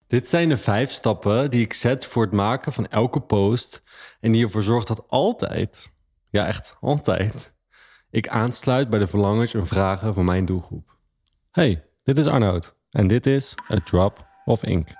Dit zijn de 5 stappen die ik zet voor het maken van elke post en die ervoor zorgt dat altijd, ja echt altijd, ik aansluit bij de verlangens en vragen van mijn doelgroep. Hey, dit is Arnoud en dit is A Drop of Ink.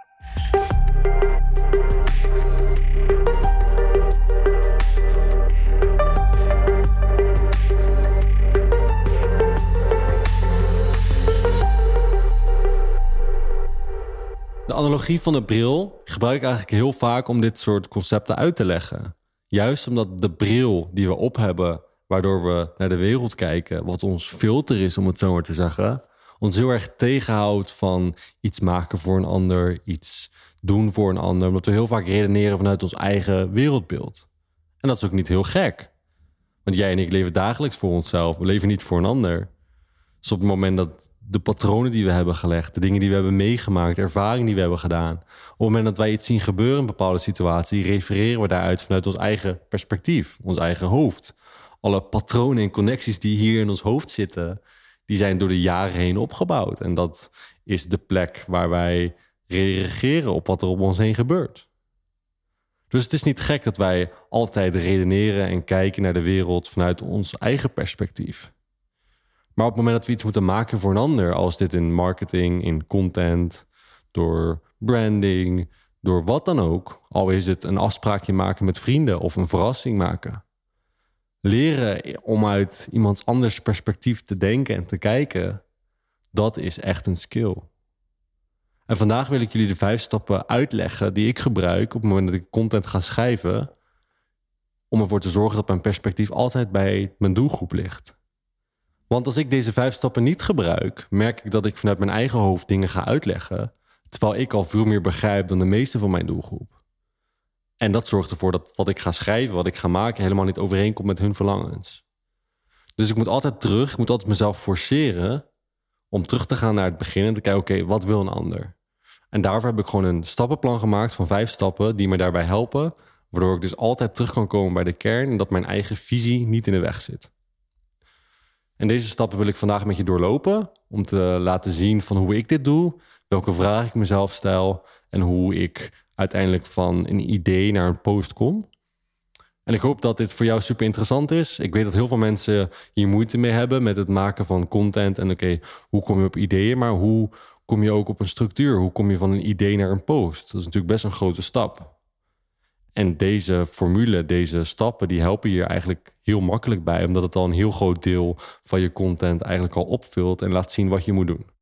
De analogie van de bril gebruik ik eigenlijk heel vaak om dit soort concepten uit te leggen. Juist omdat de bril die we op hebben, waardoor we naar de wereld kijken, wat ons filter is om het zo maar te zeggen, ons heel erg tegenhoudt van iets maken voor een ander, iets doen voor een ander, omdat we heel vaak redeneren vanuit ons eigen wereldbeeld. En dat is ook niet heel gek. Want jij en ik leven dagelijks voor onszelf, we leven niet voor een ander. Dus op het moment dat de patronen die we hebben gelegd, de dingen die we hebben meegemaakt, de ervaringen die we hebben gedaan, op het moment dat wij iets zien gebeuren in een bepaalde situatie, refereren we daaruit vanuit ons eigen perspectief, ons eigen hoofd. Alle patronen en connecties die hier in ons hoofd zitten, die zijn door de jaren heen opgebouwd. En dat is de plek waar wij reageren op wat er om ons heen gebeurt. Dus het is niet gek dat wij altijd redeneren en kijken naar de wereld vanuit ons eigen perspectief. Maar op het moment dat we iets moeten maken voor een ander, als dit in marketing, in content, door branding, door wat dan ook, al is het een afspraakje maken met vrienden of een verrassing maken. Leren om uit iemands anders perspectief te denken en te kijken, dat is echt een skill. En vandaag wil ik jullie de 5 stappen uitleggen die ik gebruik op het moment dat ik content ga schrijven, om ervoor te zorgen dat mijn perspectief altijd bij mijn doelgroep ligt. Want als ik deze 5 stappen niet gebruik, merk ik dat ik vanuit mijn eigen hoofd dingen ga uitleggen, terwijl ik al veel meer begrijp dan de meeste van mijn doelgroep. En dat zorgt ervoor dat wat ik ga schrijven, wat ik ga maken, helemaal niet overeenkomt met hun verlangens. Dus ik moet altijd mezelf forceren om terug te gaan naar het begin en te kijken, oké, wat wil een ander? En daarvoor heb ik gewoon een stappenplan gemaakt van 5 stappen die me daarbij helpen, waardoor ik dus altijd terug kan komen bij de kern en dat mijn eigen visie niet in de weg zit. En deze stappen wil ik vandaag met je doorlopen om te laten zien van hoe ik dit doe, welke vragen ik mezelf stel en hoe ik uiteindelijk van een idee naar een post kom. En ik hoop dat dit voor jou super interessant is. Ik weet dat heel veel mensen hier moeite mee hebben met het maken van content. En oké, hoe kom je op ideeën, maar hoe kom je ook op een structuur? Hoe kom je van een idee naar een post? Dat is natuurlijk best een grote stap. En deze formule, deze stappen, die helpen hier eigenlijk heel makkelijk bij, omdat het al een heel groot deel van je content eigenlijk al opvult en laat zien wat je moet doen.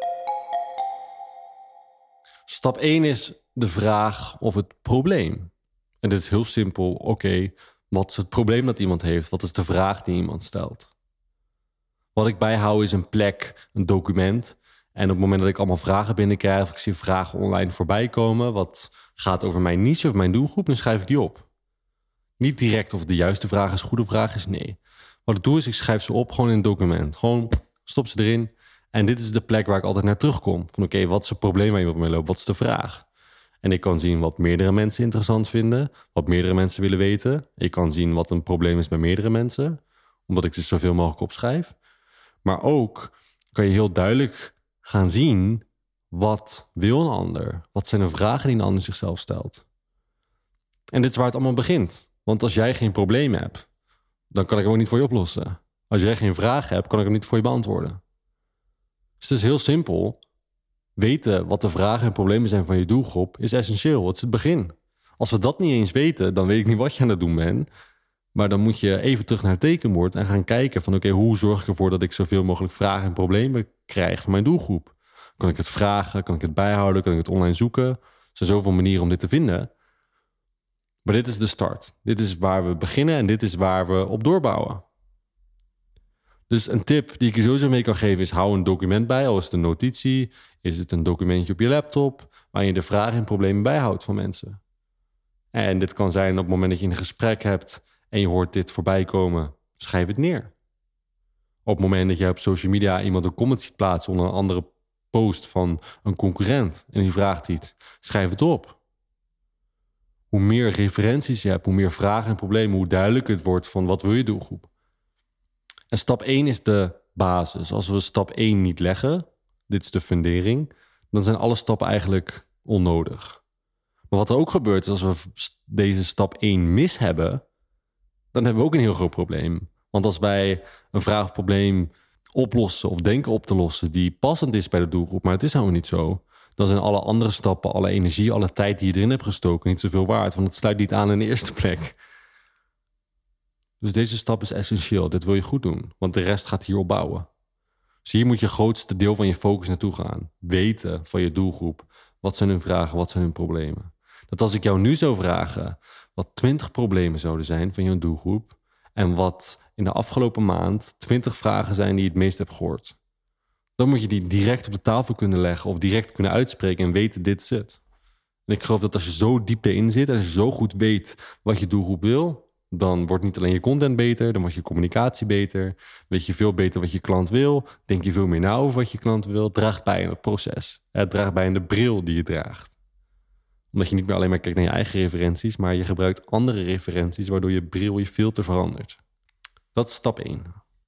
Stap 1 is de vraag of het probleem. En dit is heel simpel. Oké, wat is het probleem dat iemand heeft? Wat is de vraag die iemand stelt? Wat ik bijhoud is een plek, een document. En op het moment dat ik allemaal vragen binnenkrijg, of ik zie vragen online voorbij komen, wat gaat over mijn niche of mijn doelgroep, dan schrijf ik die op. Niet direct of de juiste vraag is, goede vraag is, nee. Wat ik doe is, ik schrijf ze op gewoon in een document. Gewoon stop ze erin. En dit is de plek waar ik altijd naar terugkom. Van oké, wat is het probleem waar je op mee loopt? Wat is de vraag? En ik kan zien wat meerdere mensen interessant vinden, wat meerdere mensen willen weten. Ik kan zien wat een probleem is bij meerdere mensen, omdat ik dus zoveel mogelijk opschrijf. Maar ook kan je heel duidelijk gaan zien, wat wil een ander? Wat zijn de vragen die een ander zichzelf stelt? En dit is waar het allemaal begint. Want als jij geen probleem hebt, dan kan ik hem ook niet voor je oplossen. Als jij geen vraag hebt, kan ik hem niet voor je beantwoorden. Dus het is heel simpel. Weten wat de vragen en problemen zijn van je doelgroep is essentieel. Het is het begin. Als we dat niet eens weten, dan weet ik niet wat je aan het doen bent. Maar dan moet je even terug naar het tekenbord en gaan kijken van oké, hoe zorg ik ervoor dat ik zoveel mogelijk vragen en problemen krijg van mijn doelgroep? Kan ik het vragen? Kan ik het bijhouden? Kan ik het online zoeken? Er zijn zoveel manieren om dit te vinden. Maar dit is de start. Dit is waar we beginnen en dit is waar we op doorbouwen. Dus een tip die ik je sowieso mee kan geven is, hou een document bij. Al is het een notitie, is het een documentje op je laptop, waar je de vragen en problemen bijhoudt van mensen. En dit kan zijn op het moment dat je een gesprek hebt en je hoort dit voorbij komen, schrijf het neer. Op het moment dat je op social media iemand een comment ziet plaatsen onder een andere post van een concurrent en die vraagt iets, schrijf het op. Hoe meer referenties je hebt, hoe meer vragen en problemen, hoe duidelijker het wordt van wat wil je doelgroep. En stap 1 is de basis. Als we stap 1 niet leggen, dit is de fundering, dan zijn alle stappen eigenlijk onnodig. Maar wat er ook gebeurt is als we deze stap 1 mis hebben, dan hebben we ook een heel groot probleem. Want als wij een vraag of probleem oplossen of denken op te lossen die passend is bij de doelgroep, maar het is helemaal niet zo, dan zijn alle andere stappen, alle energie, alle tijd die je erin hebt gestoken niet zoveel waard. Want het sluit niet aan in de eerste plek. Dus deze stap is essentieel. Dit wil je goed doen, want de rest gaat hierop bouwen. Dus hier moet je grootste deel van je focus naartoe gaan. Weten van je doelgroep. Wat zijn hun vragen, wat zijn hun problemen? Dat als ik jou nu zou vragen wat 20 problemen zouden zijn van je doelgroep en wat in de afgelopen maand 20 vragen zijn die je het meest hebt gehoord, dan moet je die direct op de tafel kunnen leggen of direct kunnen uitspreken en weten, dit is het. En ik geloof dat als je zo diep erin zit en als je zo goed weet wat je doelgroep wil, dan wordt niet alleen je content beter, dan wordt je communicatie beter, weet je veel beter wat je klant wil, denk je veel meer na over wat je klant wil, draagt bij aan het proces. Het draagt bij aan de bril die je draagt. Omdat je niet meer alleen maar kijkt naar je eigen referenties, maar je gebruikt andere referenties, waardoor je bril, je filter verandert. Dat is stap 1.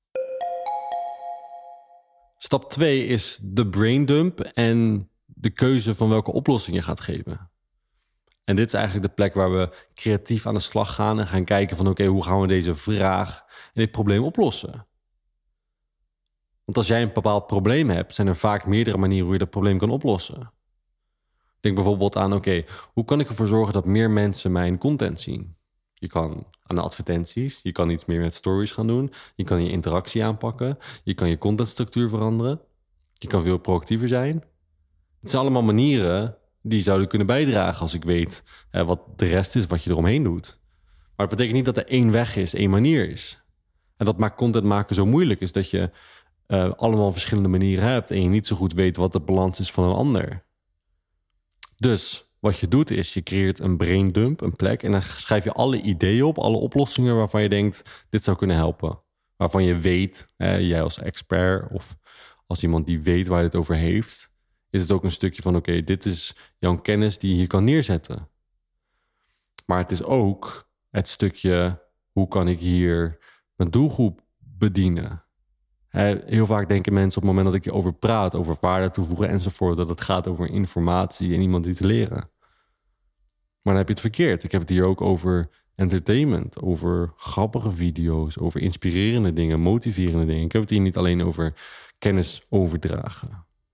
Stap 2 is de braindump en de keuze van welke oplossing je gaat geven. En dit is eigenlijk de plek waar we creatief aan de slag gaan en gaan kijken van oké, hoe gaan we deze vraag en dit probleem oplossen? Want als jij een bepaald probleem hebt, zijn er vaak meerdere manieren hoe je dat probleem kan oplossen. Denk bijvoorbeeld aan oké, hoe kan ik ervoor zorgen dat meer mensen mijn content zien? Je kan aan de advertenties, je kan iets meer met stories gaan doen, je kan je interactie aanpakken, je kan je contentstructuur veranderen, je kan veel proactiever zijn. Het zijn allemaal manieren die zouden kunnen bijdragen als ik weet wat de rest is, wat je eromheen doet. Maar het betekent niet dat er één weg is, één manier is. En dat maakt content maken zo moeilijk, is dat je allemaal verschillende manieren hebt en je niet zo goed weet wat de balans is van een ander. Dus wat je doet is, je creëert een braindump, een plek, en dan schrijf je alle ideeën op, alle oplossingen waarvan je denkt, dit zou kunnen helpen. Waarvan je weet, jij als expert of als iemand die weet waar je het over heeft, is het ook een stukje van oké, dit is jouw kennis die je hier kan neerzetten. Maar het is ook het stukje, hoe kan ik hier mijn doelgroep bedienen? Heel vaak denken mensen op het moment dat ik hierover praat, over waarde toevoegen enzovoort, dat het gaat over informatie en iemand iets leren. Maar dan heb je het verkeerd. Ik heb het hier ook over entertainment, over grappige video's, over inspirerende dingen, motiverende dingen. Ik heb het hier niet alleen over kennis overdragen.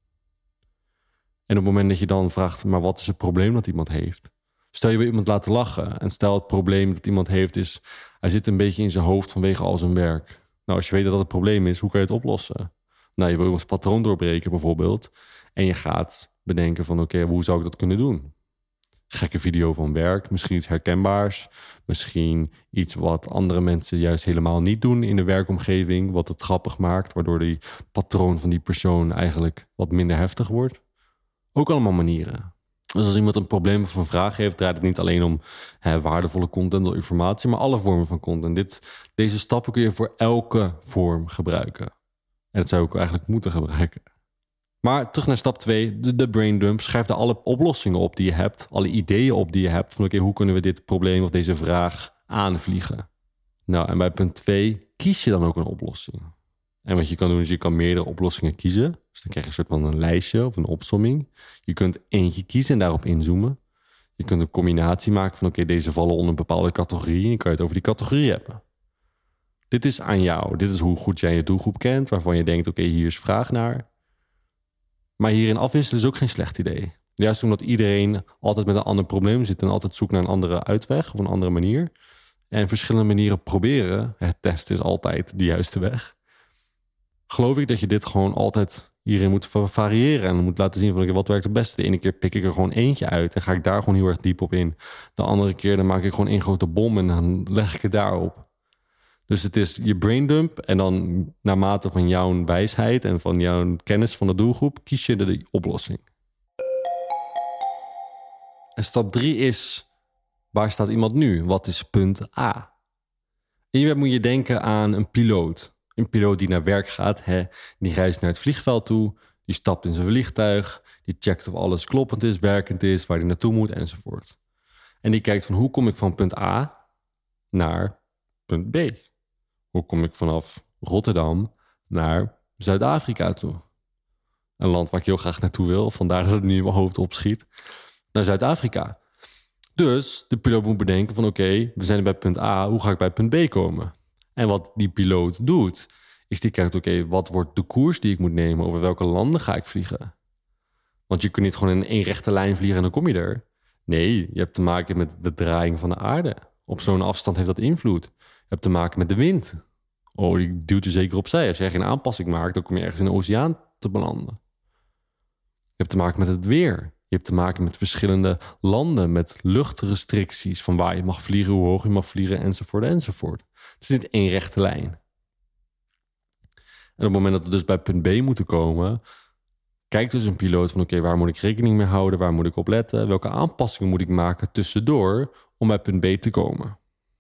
En op het moment dat je dan vraagt, maar wat is het probleem dat iemand heeft? Stel je wil iemand laten lachen en stel het probleem dat iemand heeft is, hij zit een beetje in zijn hoofd vanwege al zijn werk. Nou, als je weet dat dat het probleem is, hoe kan je het oplossen? Nou, je wil iemands patroon doorbreken bijvoorbeeld. En je gaat bedenken van oké, hoe zou ik dat kunnen doen? Gekke video van werk, misschien iets herkenbaars. Misschien iets wat andere mensen juist helemaal niet doen in de werkomgeving. Wat het grappig maakt, waardoor die patroon van die persoon eigenlijk wat minder heftig wordt. Ook allemaal manieren. Dus als iemand een probleem of een vraag heeft, draait het niet alleen om waardevolle content of informatie, maar alle vormen van content. Deze stappen kun je voor elke vorm gebruiken. En dat zou je ook eigenlijk moeten gebruiken. Maar terug naar stap 2, de braindump. Schrijf daar alle oplossingen op die je hebt, alle ideeën op die je hebt. Van oké, hoe kunnen we dit probleem of deze vraag aanvliegen? Nou, en bij punt 2 kies je dan ook een oplossing. En wat je kan doen is je kan meerdere oplossingen kiezen. Dus dan krijg je een soort van een lijstje of een opsomming. Je kunt eentje kiezen en daarop inzoomen. Je kunt een combinatie maken van oké, deze vallen onder een bepaalde categorie. En dan kan je het over die categorie hebben. Dit is aan jou. Dit is hoe goed jij je doelgroep kent. Waarvan je denkt oké, hier is vraag naar. Maar hierin afwisselen is ook geen slecht idee. Juist omdat iedereen altijd met een ander probleem zit en altijd zoekt naar een andere uitweg of een andere manier. En verschillende manieren proberen. Het testen is altijd de juiste weg. Geloof ik dat je dit gewoon altijd hierin moet variëren. En moet laten zien van wat werkt het beste. De ene keer pik ik er gewoon eentje uit en ga ik daar gewoon heel erg diep op in. De andere keer dan maak ik gewoon één grote bom en dan leg ik het daarop. Dus het is je braindump en dan naarmate van jouw wijsheid en van jouw kennis van de doelgroep kies je de oplossing. En stap 3 is, waar staat iemand nu? Wat is punt A? En hierbij moet je denken aan een piloot. Een piloot die naar werk gaat, die reist naar het vliegveld toe, die stapt in zijn vliegtuig, die checkt of alles kloppend is, werkend is, waar hij naartoe moet enzovoort. En die kijkt van hoe kom ik van punt A naar punt B? Hoe kom ik vanaf Rotterdam naar Zuid-Afrika toe? Een land waar ik heel graag naartoe wil, vandaar dat het nu in mijn hoofd opschiet. naar Zuid-Afrika. Dus de piloot moet bedenken van oké, we zijn bij punt A, hoe ga ik bij punt B komen? En wat die piloot doet, is die kijkt oké, wat wordt de koers die ik moet nemen? Over welke landen ga ik vliegen? Want je kunt niet gewoon in één rechte lijn vliegen en dan kom je er. Nee, je hebt te maken met de draaiing van de aarde. Op zo'n afstand heeft dat invloed. Je hebt te maken met de wind. Oh, die duwt je zeker opzij. Als jij geen aanpassing maakt, dan kom je ergens in de oceaan te belanden. Je hebt te maken met het weer. Je hebt te maken met verschillende landen, met luchtrestricties van waar je mag vliegen, hoe hoog je mag vliegen, enzovoort, enzovoort. Het is niet één rechte lijn. En op het moment dat we dus bij punt B moeten komen, kijkt dus een piloot van oké, waar moet ik rekening mee houden, waar moet ik op letten, welke aanpassingen moet ik maken tussendoor om bij punt B te komen.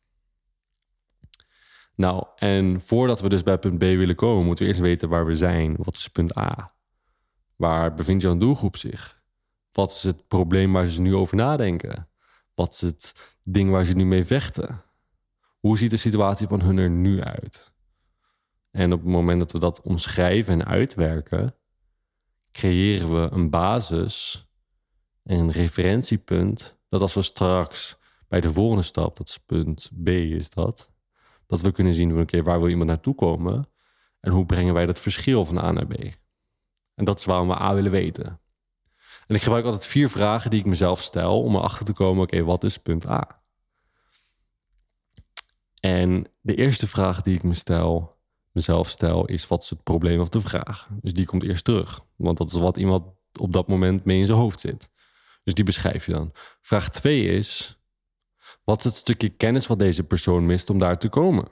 Nou, en voordat we dus bij punt B willen komen, moeten we eerst weten waar we zijn. Wat is punt A? Waar bevindt jouw doelgroep zich? Wat is het probleem waar ze nu over nadenken? Wat is het ding waar ze nu mee vechten? Hoe ziet de situatie van hun er nu uit? En op het moment dat we dat omschrijven en uitwerken, creëren we een basis en een referentiepunt, dat als we straks bij de volgende stap, dat is punt B is dat we kunnen zien van oké, waar wil iemand naartoe komen en hoe brengen wij dat verschil van A naar B. En dat is waarom we A willen weten. En ik gebruik altijd 4 vragen die ik mezelf stel om erachter te komen, oké, wat is punt A? En de eerste vraag die ik mezelf stel is, wat is het probleem of de vraag? Dus die komt eerst terug, want dat is wat iemand op dat moment mee in zijn hoofd zit. Dus die beschrijf je dan. Vraag 2 is, wat is het stukje kennis wat deze persoon mist om daar te komen?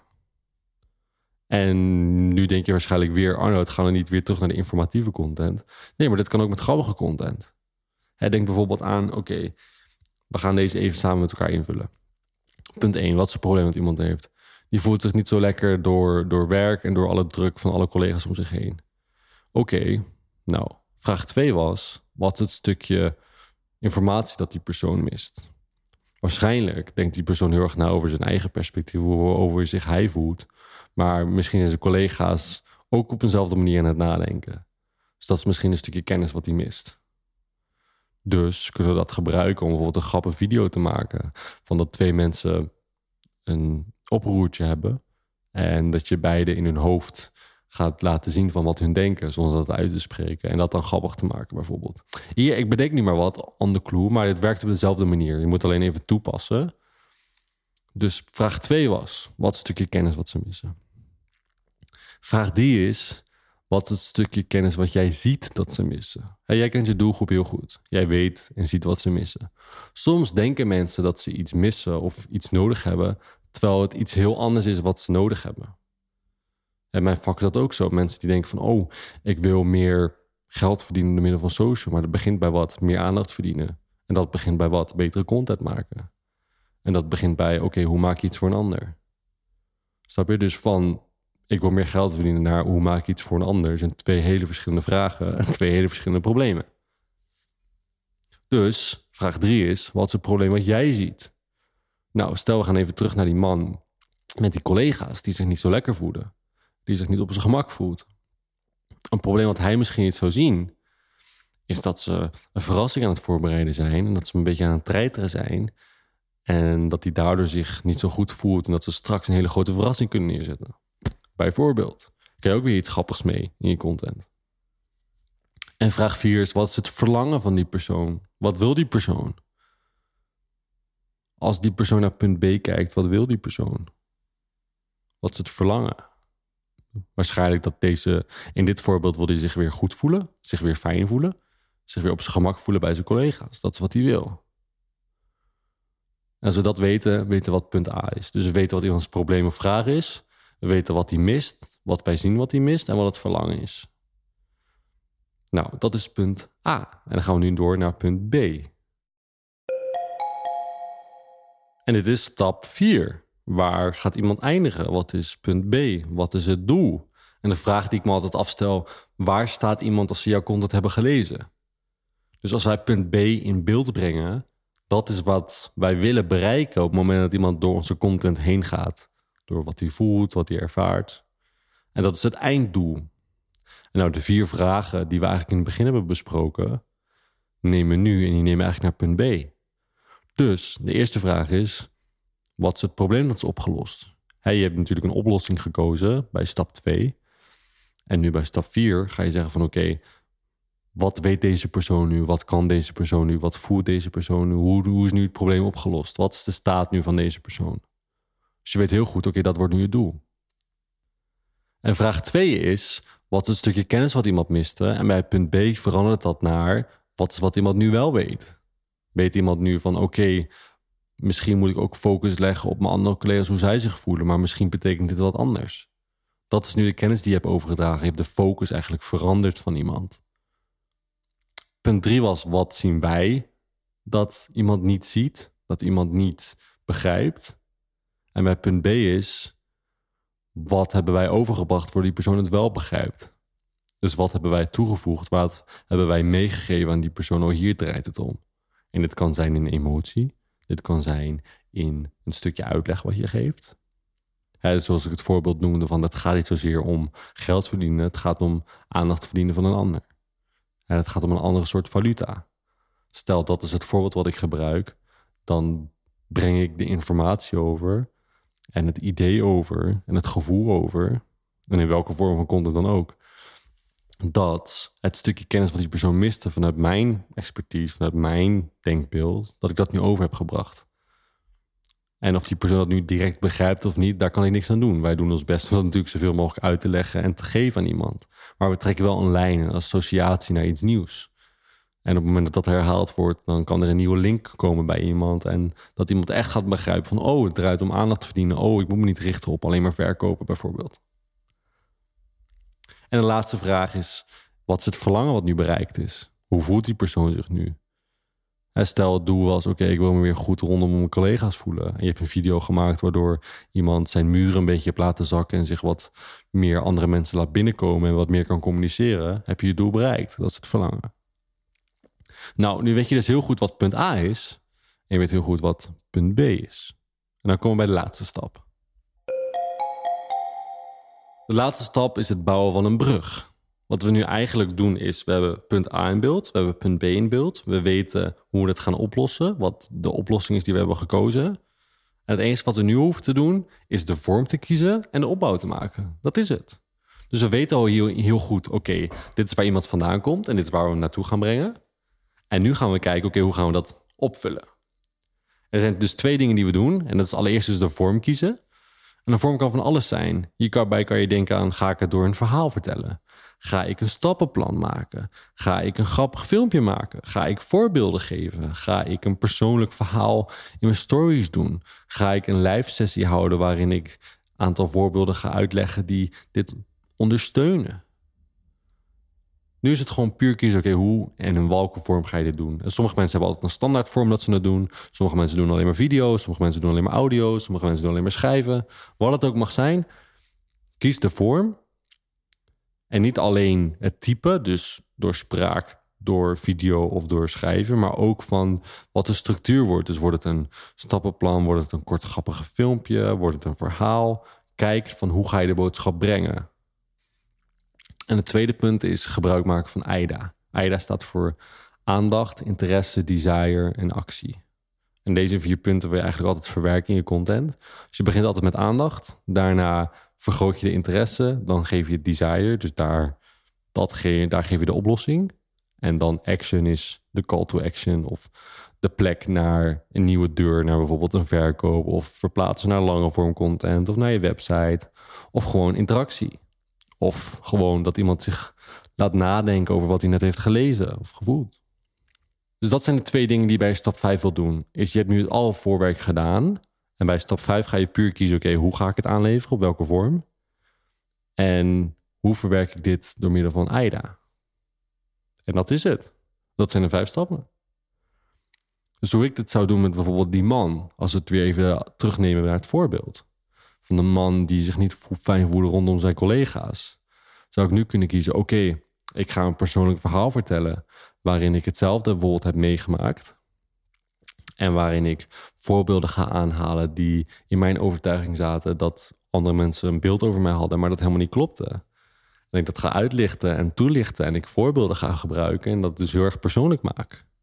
En nu denk je waarschijnlijk weer, Arnoud, gaan we niet weer terug naar de informatieve content? Nee, maar dat kan ook met grappige content. Denk bijvoorbeeld aan, oké, we gaan deze even samen met elkaar invullen. Punt 1, wat is het probleem dat iemand heeft? Die voelt zich niet zo lekker door werk en door alle druk van alle collega's om zich heen. Oké, nou, vraag 2 was, wat is het stukje informatie dat die persoon mist? Waarschijnlijk denkt die persoon heel erg na over zijn eigen perspectief, hoe over zich hij voelt. Maar misschien zijn zijn collega's ook op eenzelfde manier aan het nadenken. Dus dat is misschien een stukje kennis wat hij mist. Dus kunnen we dat gebruiken om bijvoorbeeld een grappige video te maken van dat 2 mensen een oproertje hebben en dat je beide in hun hoofd gaat laten zien van wat hun denken zonder dat uit te spreken en dat dan grappig te maken bijvoorbeeld. Hier, ik bedenk niet maar wat on the clue, maar dit werkt op dezelfde manier. Je moet alleen even toepassen. Dus vraag 2 was, wat is het stukje kennis wat ze missen? Vraag 3 is, wat is het stukje kennis wat jij ziet dat ze missen? Jij kent je doelgroep heel goed. Jij weet en ziet wat ze missen. Soms denken mensen dat ze iets missen of iets nodig hebben, terwijl het iets heel anders is wat ze nodig hebben. En mijn vak is dat ook zo. Mensen die denken van, oh, ik wil meer geld verdienen door middel van social. Maar dat begint bij wat? Meer aandacht verdienen. En dat begint bij wat? Betere content maken. En dat begint bij, oké, hoe maak je iets voor een ander? Snap je? Dus van, ik wil meer geld verdienen naar hoe maak ik iets voor een ander, zijn 2 hele verschillende vragen en 2 hele verschillende problemen. Dus vraag 3 is, wat is het probleem wat jij ziet? Nou, stel we gaan even terug naar die man met die collega's die zich niet zo lekker voelen. Die zich niet op zijn gemak voelt. Een probleem wat hij misschien niet zou zien, is dat ze een verrassing aan het voorbereiden zijn en dat ze een beetje aan het treiteren zijn en dat hij daardoor zich niet zo goed voelt en dat ze straks een hele grote verrassing kunnen neerzetten. Bijvoorbeeld. Kan je ook weer iets grappigs mee in je content. En vraag 4 is, wat is het verlangen van die persoon? Wat wil die persoon? Als die persoon naar punt B kijkt, wat wil die persoon? Wat is het verlangen? Waarschijnlijk dat in dit voorbeeld wil hij zich weer goed voelen, zich weer fijn voelen, zich weer op zijn gemak voelen bij zijn collega's. Dat is wat hij wil. En als we dat weten, weten we wat punt A is. Dus we weten wat iemands probleem of vraag is. We weten wat hij mist, wat wij zien wat hij mist en wat het verlangen is. Nou, dat is punt A. En dan gaan we nu door naar punt B. En dit is stap 4. Waar gaat iemand eindigen? Wat is punt B? Wat is het doel? En de vraag die ik me altijd afstel, waar staat iemand als ze jouw content hebben gelezen? Dus als wij punt B in beeld brengen, dat is wat wij willen bereiken op het moment dat iemand door onze content heen gaat. Door wat hij voelt, wat hij ervaart. En dat is het einddoel. En nou, de 4 vragen die we eigenlijk in het begin hebben besproken, nemen nu en die nemen eigenlijk naar punt B. Dus de eerste vraag is, wat is het probleem dat is opgelost? Je hebt natuurlijk een oplossing gekozen bij stap 2. En nu bij stap 4 ga je zeggen van oké, wat weet deze persoon nu? Wat kan deze persoon nu? Wat voelt deze persoon nu? Hoe is nu het probleem opgelost? Wat is de staat nu van deze persoon? Dus je weet heel goed, oké, dat wordt nu het doel. En vraag 2 is, wat is het stukje kennis wat iemand miste? En bij punt B verandert dat naar, wat is wat iemand nu wel weet? Weet iemand nu van oké, misschien moet ik ook focus leggen op mijn andere collega's, hoe zij zich voelen, maar misschien betekent dit wat anders. Dat is nu de kennis die je hebt overgedragen. Je hebt de focus eigenlijk veranderd van iemand. Punt 3 was, wat zien wij dat iemand niet ziet, dat iemand niet begrijpt? En bij punt B is, wat hebben wij overgebracht waardoor die persoon het wel begrijpt? Dus wat hebben wij toegevoegd? Wat hebben wij meegegeven aan die persoon? Oh, hier draait het om. En dit kan zijn in emotie. Dit kan zijn in een stukje uitleg wat je geeft. Zoals ik het voorbeeld noemde van, het gaat niet zozeer om geld verdienen. Het gaat om aandacht verdienen van een ander. En het gaat om een andere soort valuta. Stel, dat is het voorbeeld wat ik gebruik. Dan breng ik de informatie over en het idee over en het gevoel over, en in welke vorm van content dan ook, dat het stukje kennis wat die persoon miste vanuit mijn expertise, vanuit mijn denkbeeld, dat ik dat nu over heb gebracht. En of die persoon dat nu direct begrijpt of niet, daar kan ik niks aan doen. Wij doen ons best om dat natuurlijk zoveel mogelijk uit te leggen en te geven aan iemand. Maar we trekken wel een lijn, een associatie naar iets nieuws. En op het moment dat dat herhaald wordt, dan kan er een nieuwe link komen bij iemand. En dat iemand echt gaat begrijpen van, oh, het draait om aandacht te verdienen. Oh, ik moet me niet richten op alleen maar verkopen bijvoorbeeld. En de laatste vraag is, wat is het verlangen wat nu bereikt is? Hoe voelt die persoon zich nu? Stel, het doel was, oké, ik wil me weer goed rondom mijn collega's voelen. En je hebt een video gemaakt waardoor iemand zijn muren een beetje heeft laten zakken en zich wat meer andere mensen laat binnenkomen en wat meer kan communiceren. Heb je je doel bereikt? Dat is het verlangen. Nou, nu weet je dus heel goed wat punt A is. En je weet heel goed wat punt B is. En dan komen we bij de laatste stap. De laatste stap is het bouwen van een brug. Wat we nu eigenlijk doen is, we hebben punt A in beeld, we hebben punt B in beeld. We weten hoe we het gaan oplossen, wat de oplossing is die we hebben gekozen. En het enige wat we nu hoeven te doen, is de vorm te kiezen en de opbouw te maken. Dat is het. Dus we weten al heel goed, oké, dit is waar iemand vandaan komt en dit is waar we hem naartoe gaan brengen. En nu gaan we kijken, oké, hoe gaan we dat opvullen? Er zijn dus 2 dingen die we doen. En dat is allereerst dus de vorm kiezen. En de vorm kan van alles zijn. Hierbij kan je denken aan, ga ik het door een verhaal vertellen? Ga ik een stappenplan maken? Ga ik een grappig filmpje maken? Ga ik voorbeelden geven? Ga ik een persoonlijk verhaal in mijn stories doen? Ga ik een live sessie houden waarin ik een aantal voorbeelden ga uitleggen die dit ondersteunen? Nu is het gewoon puur kiezen, oké, hoe en in welke vorm ga je dit doen? En sommige mensen hebben altijd een standaard vorm dat ze het doen. Sommige mensen doen alleen maar video's. Sommige mensen doen alleen maar audio's. Sommige mensen doen alleen maar schrijven. Wat het ook mag zijn, kies de vorm. En niet alleen het type, dus door spraak, door video of door schrijven, maar ook van wat de structuur wordt. Dus wordt het een stappenplan, wordt het een kort grappige filmpje, wordt het een verhaal? Kijk van hoe ga je de boodschap brengen. En het tweede punt is gebruik maken van AIDA. AIDA staat voor aandacht, interesse, desire en actie. En deze 4 punten wil je eigenlijk altijd verwerken in je content. Dus je begint altijd met aandacht. Daarna vergroot je de interesse. Dan geef je het desire. Dus daar geef je de oplossing. En dan action is de call to action. Of de plek naar een nieuwe deur. Naar bijvoorbeeld een verkoop. Of verplaatsen naar lange vorm content. Of naar je website. Of gewoon interactie. Of gewoon dat iemand zich laat nadenken over wat hij net heeft gelezen of gevoeld. Dus dat zijn de 2 dingen die je bij stap 5 wil doen. Is je hebt nu al voorwerk gedaan. En bij stap 5 ga je puur kiezen, oké, hoe ga ik het aanleveren? Op welke vorm? En hoe verwerk ik dit door middel van AIDA? En dat is het. Dat zijn de 5 stappen. Dus hoe ik dit zou doen met bijvoorbeeld die man, als we het weer even terugnemen naar het voorbeeld. Van de man die zich niet fijn voelde rondom zijn collega's. Zou ik nu kunnen kiezen, oké, ik ga een persoonlijk verhaal vertellen waarin ik hetzelfde bijvoorbeeld heb meegemaakt. En waarin ik voorbeelden ga aanhalen die in mijn overtuiging zaten dat andere mensen een beeld over mij hadden, maar dat helemaal niet klopte. En ik dat ga uitlichten en toelichten en ik voorbeelden ga gebruiken en dat dus heel erg persoonlijk maak.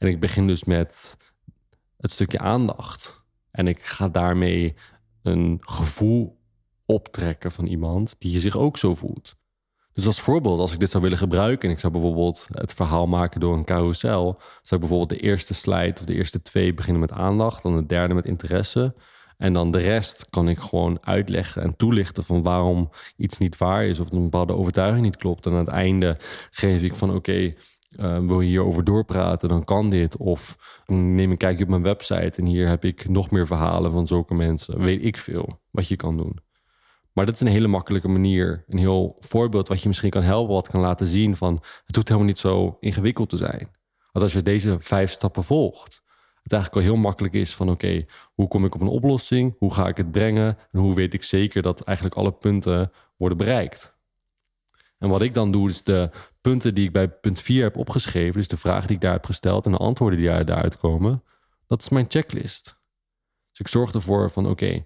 En ik begin dus met het stukje aandacht. En ik ga daarmee een gevoel optrekken van iemand die zich ook zo voelt. Dus als voorbeeld, als ik dit zou willen gebruiken en ik zou bijvoorbeeld het verhaal maken door een carousel, zou ik bijvoorbeeld de eerste slide of de eerste 2 beginnen met aandacht, dan de derde met interesse. En dan de rest kan ik gewoon uitleggen en toelichten van waarom iets niet waar is of een bepaalde overtuiging niet klopt. En aan het einde geef ik van oké, wil je hierover doorpraten, dan kan dit. Of neem een kijkje op mijn website en hier heb ik nog meer verhalen van zulke mensen. Weet ik veel wat je kan doen. Maar dat is een hele makkelijke manier. Een heel voorbeeld wat je misschien kan helpen, wat kan laten zien van het hoeft helemaal niet zo ingewikkeld te zijn. Want als je deze 5 stappen volgt, het eigenlijk al heel makkelijk is van oké, hoe kom ik op een oplossing? Hoe ga ik het brengen? En hoe weet ik zeker dat eigenlijk alle punten worden bereikt? En wat ik dan doe, is de punten die ik bij punt 4 heb opgeschreven, dus de vragen die ik daar heb gesteld en de antwoorden die daaruit komen, dat is mijn checklist. Dus ik zorg ervoor van oké,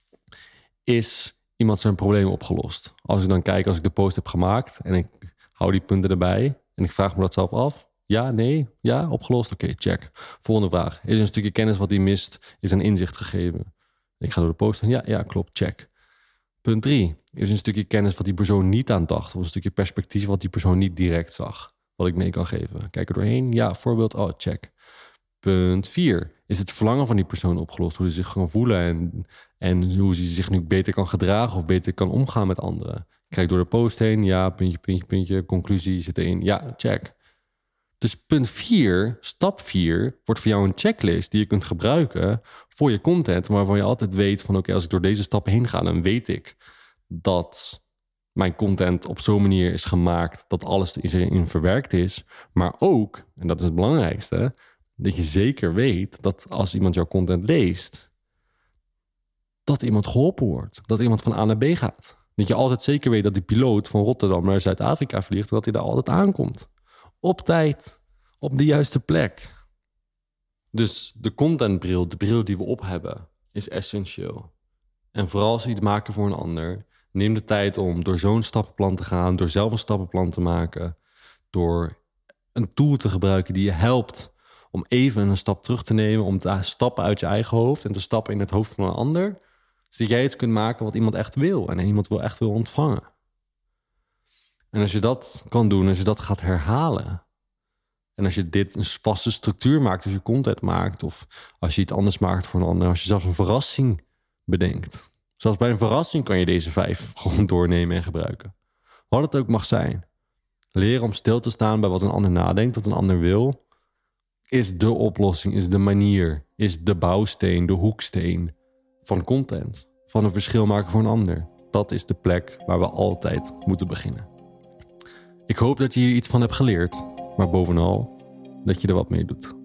is iemand zijn probleem opgelost? Als ik dan kijk, als ik de post heb gemaakt en ik hou die punten erbij en ik vraag me dat zelf af. Ja, nee, ja, opgelost. Oké, check. Volgende vraag. Is er een stukje kennis wat hij mist? Is een inzicht gegeven? Ik ga door de post en ja, klopt, check. Punt 3. Is er een stukje kennis wat die persoon niet aan dacht? Of een stukje perspectief wat die persoon niet direct zag? Wat ik mee kan geven. Kijk er doorheen. Ja, voorbeeld. Oh, check. Punt 4. Is het verlangen van die persoon opgelost? Hoe ze zich kan voelen en hoe ze zich nu beter kan gedragen of beter kan omgaan met anderen. Kijk door de post heen. Ja, puntje. Conclusie zit erin. Ja, check. Dus punt 4, stap 4, wordt voor jou een checklist die je kunt gebruiken voor je content. Waarvan je altijd weet van oké, als ik door deze stappen heen ga, dan weet ik dat mijn content op zo'n manier is gemaakt dat alles erin verwerkt is. Maar ook, en dat is het belangrijkste, dat je zeker weet dat als iemand jouw content leest, dat iemand geholpen wordt. Dat iemand van A naar B gaat. Dat je altijd zeker weet dat die piloot van Rotterdam naar Zuid-Afrika vliegt en dat hij daar altijd aankomt. Op tijd, op de juiste plek. Dus de contentbril, de bril die we op hebben, is essentieel. En vooral als we iets maken voor een ander, neem de tijd om door zo'n stappenplan te gaan, door zelf een stappenplan te maken, door een tool te gebruiken die je helpt om even een stap terug te nemen, om te stappen uit je eigen hoofd en te stappen in het hoofd van een ander, zodat jij iets kunt maken wat iemand echt wil en iemand echt wil ontvangen. En als je dat kan doen, als je dat gaat herhalen, en als je dit een vaste structuur maakt, als je content maakt, of als je iets anders maakt voor een ander, als je zelfs een verrassing bedenkt. Zelfs bij een verrassing kan je deze 5 gewoon doornemen en gebruiken. Wat het ook mag zijn. Leren om stil te staan bij wat een ander nadenkt, wat een ander wil, is de oplossing, is de manier, is de bouwsteen, de hoeksteen van content. Van een verschil maken voor een ander. Dat is de plek waar we altijd moeten beginnen. Ik hoop dat je hier iets van hebt geleerd, maar bovenal dat je er wat mee doet.